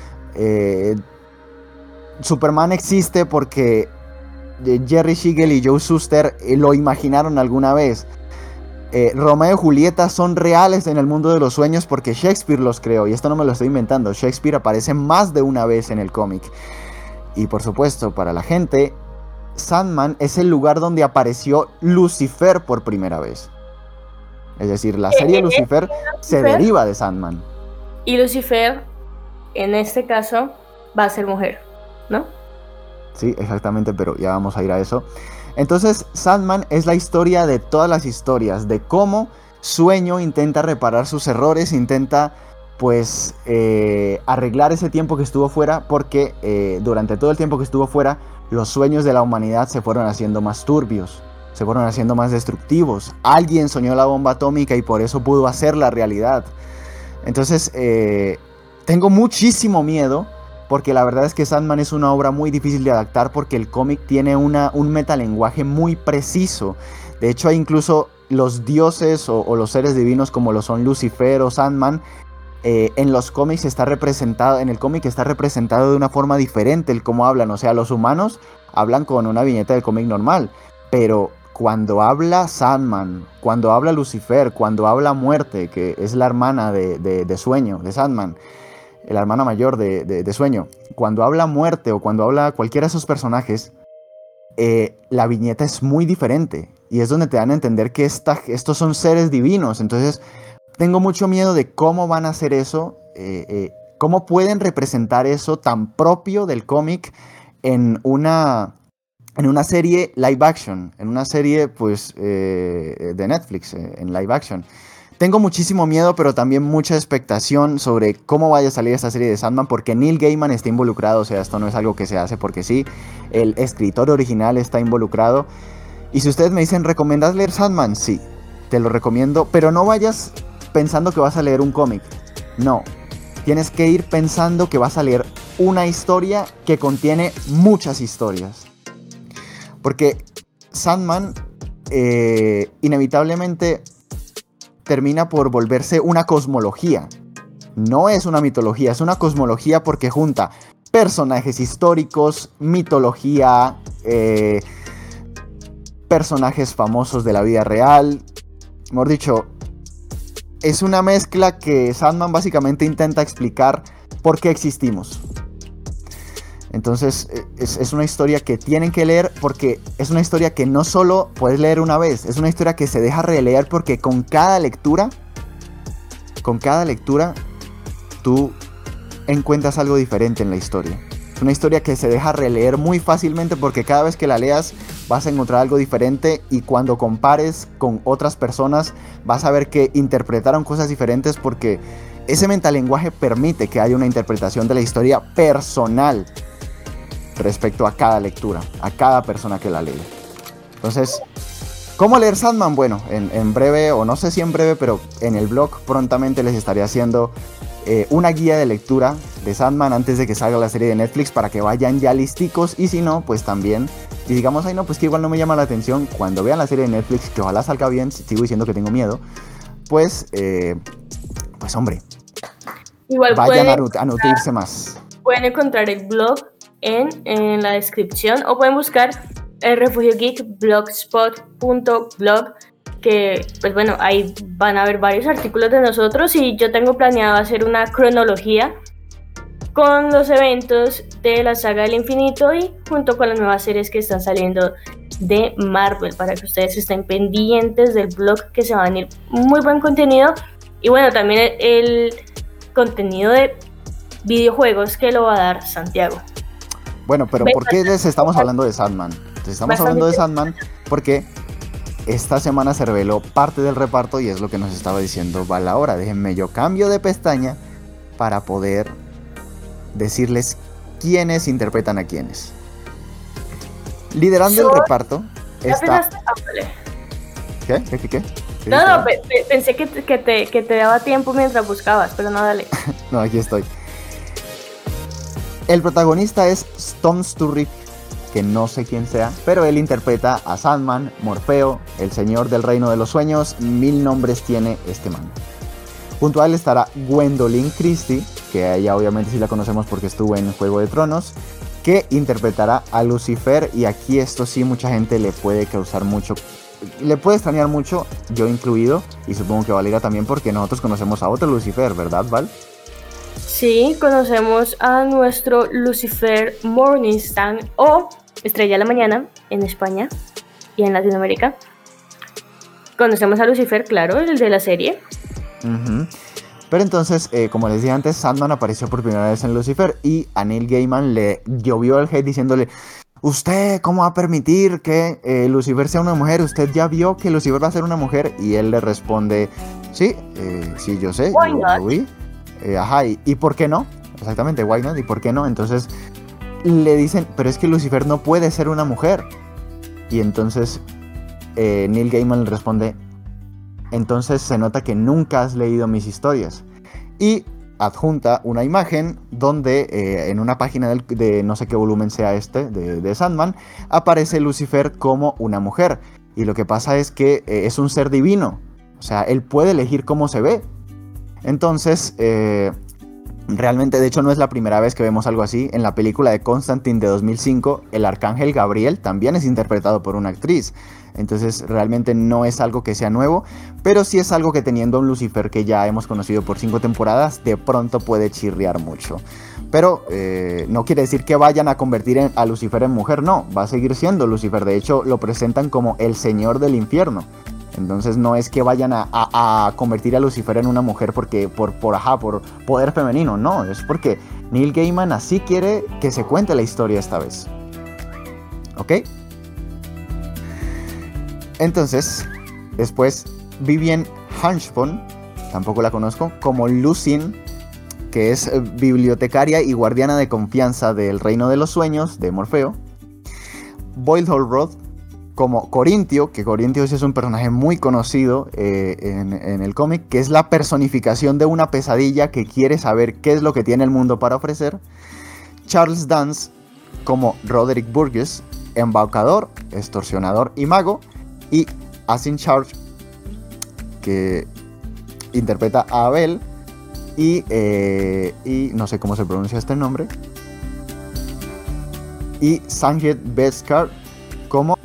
Superman existe porque Jerry Siegel y Joe Shuster lo imaginaron alguna vez. Romeo y Julieta son reales en el mundo de los sueños porque Shakespeare los creó, y esto no me lo estoy inventando. Shakespeare aparece más de una vez en el cómic. Y por supuesto, para la gente, Sandman es el lugar donde apareció Lucifer por primera vez. Es decir, la serie Lucifer se deriva de Sandman. Y Lucifer, en este caso, va a ser mujer, ¿no? Sí, exactamente, pero ya vamos a ir a eso. Entonces, Sandman es la historia de todas las historias, de cómo Sueño intenta reparar sus errores, intenta pues arreglar ese tiempo que estuvo fuera, porque durante todo el tiempo que estuvo fuera, los sueños de la humanidad se fueron haciendo más turbios, se fueron haciendo más destructivos. Alguien soñó la bomba atómica y por eso pudo hacerla realidad. Entonces, tengo muchísimo miedo, porque la verdad es que Sandman es una obra muy difícil de adaptar, porque el cómic tiene un metalenguaje muy preciso. De hecho, hay incluso los dioses o los seres divinos como lo son Lucifer o Sandman. En los cómics está representado, en el cómic está representado de una forma diferente el cómo hablan. O sea, los humanos hablan con una viñeta del cómic normal, pero cuando habla Sandman, cuando habla Lucifer, cuando habla Muerte, que es la hermana de Sueño, de Sandman, la hermana mayor de Sueño, cuando habla Muerte o cuando habla cualquiera de esos personajes, la viñeta es muy diferente, y es donde te dan a entender que estos son seres divinos. Entonces tengo mucho miedo de cómo van a hacer eso, cómo pueden representar eso tan propio del cómic en una serie live action, en una serie pues de Netflix, en live action. Tengo muchísimo miedo, pero también mucha expectación sobre cómo vaya a salir esta serie de Sandman, porque Neil Gaiman está involucrado. O sea, esto no es algo que se hace porque sí. El escritor original está involucrado. Y si ustedes me dicen, ¿recomendás leer Sandman? Sí, te lo recomiendo, pero no vayas pensando que vas a leer un cómic. No, tienes que ir pensando que vas a leer una historia que contiene muchas historias. Porque Sandman inevitablemente termina por volverse una cosmología. No es una mitología, es una cosmología, porque junta personajes históricos, mitología, personajes famosos de la vida real. Mejor dicho, es una mezcla que Sandman básicamente intenta explicar por qué existimos. Entonces es una historia que tienen que leer, porque es una historia que no solo puedes leer una vez, es una historia que se deja releer, porque con cada lectura tú encuentras algo diferente en la historia. Es una historia que se deja releer muy fácilmente, porque cada vez que la leas vas a encontrar algo diferente, y cuando compares con otras personas vas a ver que interpretaron cosas diferentes, porque ese metalenguaje permite que haya una interpretación de la historia personal respecto a cada lectura, a cada persona que la lee. Entonces, ¿cómo leer Sandman? Bueno, en breve, o no sé si en breve, pero en el blog prontamente les estaré haciendo una guía de lectura de Sandman antes de que salga la serie de Netflix para que vayan ya listicos, y si no, pues también, y digamos, ay no, pues que igual no me llama la atención, cuando vean la serie de Netflix, que ojalá salga bien, sigo diciendo que tengo miedo, pues hombre, Igual vayan a nutrirse más. pueden encontrar el blog en la descripción, o pueden buscar el Refugio Geek blogspot.blog, que pues bueno, ahí van a ver varios artículos de nosotros, y yo tengo planeado hacer una cronología con los eventos de la saga del infinito y junto con las nuevas series que están saliendo de Marvel, para que ustedes estén pendientes del blog, que se va a venir muy buen contenido. Y bueno, también el contenido de videojuegos que lo va a dar Santiago. Bueno, pero ¿por qué les estamos hablando de Sandman? Les estamos hablando de Sandman porque esta semana se reveló parte del reparto, y es lo que nos estaba diciendo Val ahora. Déjenme yo cambio de pestaña para poder decirles quiénes interpretan a quiénes. Liderando el reparto está... ¿Qué? No, pensé que te daba tiempo mientras buscabas, pero no, dale. No, aquí estoy. El protagonista es Tom Sturridge, que no sé quién sea, pero él interpreta a Sandman, Morfeo, el señor del reino de los sueños. 1000 nombres tiene este man. Junto a él estará Gwendolyn Christie, que a ella obviamente sí la conocemos porque estuvo en Juego de Tronos, que interpretará a Lucifer, y aquí esto sí mucha gente le puede causar mucho, le puede extrañar mucho, yo incluido, y supongo que Valera también, porque nosotros conocemos a otro Lucifer, ¿verdad, Val? Sí, conocemos a nuestro Lucifer Morningstar, o Estrella de la Mañana en España y en Latinoamérica. Conocemos a Lucifer, claro, el de la serie. Uh-huh. Pero entonces, como les dije antes, Sandman apareció por primera vez en Lucifer, y a Neil Gaiman le llovió el hate diciéndole: ¿usted cómo va a permitir que Lucifer sea una mujer? ¿Usted ya vio que Lucifer va a ser una mujer? Y él le responde: sí, yo sé, yo lo vi. Ajá, ¿y por qué no? Exactamente, why not? ¿Y por qué no? Entonces le dicen: pero es que Lucifer no puede ser una mujer. Y entonces Neil Gaiman le responde: entonces se nota que nunca has leído mis historias. Y adjunta una imagen donde en una página de no sé qué volumen sea de Sandman, aparece Lucifer como una mujer. Y lo que pasa es que es un ser divino, o sea, él puede elegir cómo se ve. Entonces, realmente, de hecho, no es la primera vez que vemos algo así. En la película de Constantine de 2005, el arcángel Gabriel también es interpretado por una actriz. Entonces, realmente no es algo que sea nuevo, pero sí es algo que, teniendo un Lucifer que ya hemos conocido por 5 temporadas, de pronto puede chirriar mucho. Pero no quiere decir que vayan a convertir a Lucifer en mujer, no, va a seguir siendo Lucifer. De hecho, lo presentan como el señor del infierno. Entonces no es que vayan a convertir a Lucifer en una mujer porque por poder femenino, no, es porque Neil Gaiman así quiere que se cuente la historia esta vez. ¿Ok? Entonces, después Vivian Hunchbone, tampoco la conozco, como Lucien, que es bibliotecaria y guardiana de confianza del reino de los sueños de Morfeo. Boyle Hallroth como Corintio, que Corintio sí es un personaje muy conocido en el cómic, que es la personificación de una pesadilla que quiere saber qué es lo que tiene el mundo para ofrecer. Charles Dance como Roderick Burgess, embaucador, extorsionador y mago. Y Asin Charge, que interpreta a Abel, y no sé cómo se pronuncia este nombre. Y Sanjay Beskar como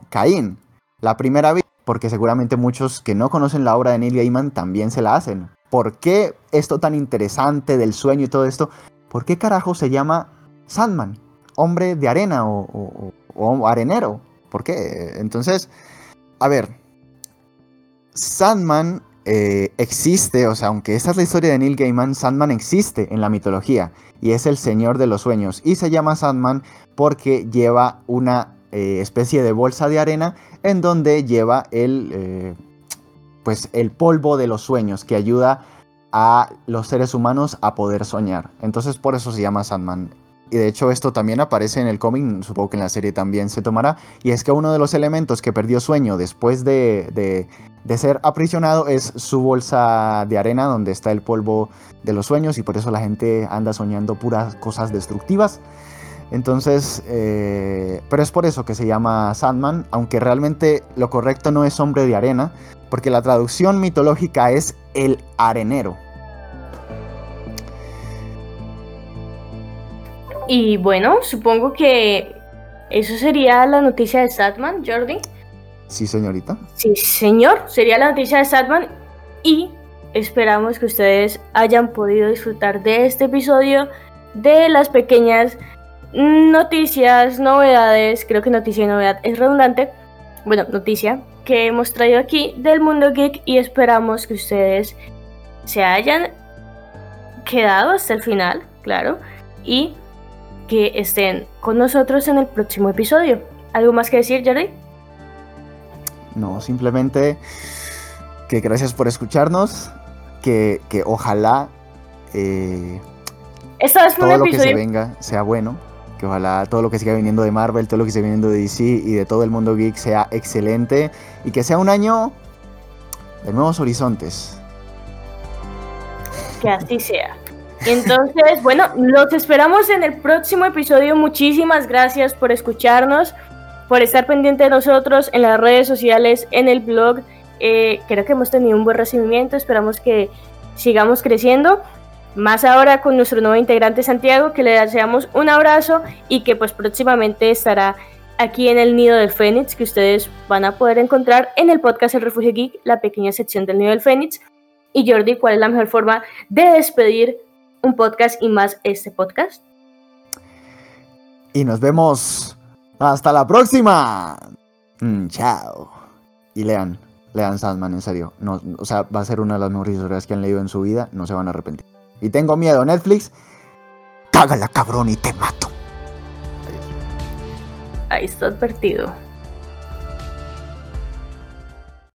Caín, la primera vez, porque seguramente muchos que no conocen la obra de Neil Gaiman también se la hacen. ¿Por qué esto tan interesante del sueño y todo esto? ¿Por qué carajo se llama Sandman? Hombre de arena o arenero. ¿Por qué? Entonces, a ver, Sandman existe, o sea, aunque esta es la historia de Neil Gaiman, Sandman existe en la mitología y es el señor de los sueños. Y se llama Sandman porque lleva una especie de bolsa de arena en donde lleva pues el polvo de los sueños que ayuda a los seres humanos a poder soñar. Entonces por eso se llama Sandman. Y de hecho esto también aparece en el cómic, supongo que en la serie también se tomará. Y es que uno de los elementos que perdió sueño después de ser aprisionado es su bolsa de arena donde está el polvo de los sueños. Y por eso la gente anda soñando puras cosas destructivas. Entonces, pero es por eso que se llama Sandman, aunque realmente lo correcto no es hombre de arena, porque la traducción mitológica es el arenero. Y bueno, supongo que eso sería la noticia de Sandman, Jordi. Sí, señorita. Sí, señor, sería la noticia de Sandman y esperamos que ustedes hayan podido disfrutar de este episodio, de las pequeñas noticias, novedades, creo que noticia y novedad es redundante, bueno, noticia que hemos traído aquí del mundo geek y esperamos que ustedes se hayan quedado hasta el final, claro, y que estén con nosotros en el próximo episodio. ¿Algo más que decir, Jordi? No, simplemente que gracias por escucharnos, que ojalá Esta vez fue todo un lo que episodio se venga sea bueno, que ojalá todo lo que siga viniendo de Marvel, todo lo que siga viniendo de DC y de todo el mundo geek sea excelente y que sea un año de nuevos horizontes. Que así sea. Entonces, bueno, los esperamos en el próximo episodio. Muchísimas gracias por escucharnos, por estar pendiente de nosotros en las redes sociales, en el blog. Creo que hemos tenido un buen recibimiento. Esperamos que sigamos creciendo. Más ahora con nuestro nuevo integrante Santiago, que le deseamos un abrazo y que pues próximamente estará aquí en el Nido del Fénix, que ustedes van a poder encontrar en el podcast El Refugio Geek, la pequeña sección del Nido del Fénix. Y Jordi, ¿cuál es la mejor forma de despedir un podcast y más este podcast? Y nos vemos hasta la próxima. Chao. Y lean Sandman, en serio. No, o sea, va a ser una de las mejores historias que han leído en su vida. No se van a arrepentir. Y tengo miedo, Netflix. Cágala, cabrón, y te mato. Ahí está advertido.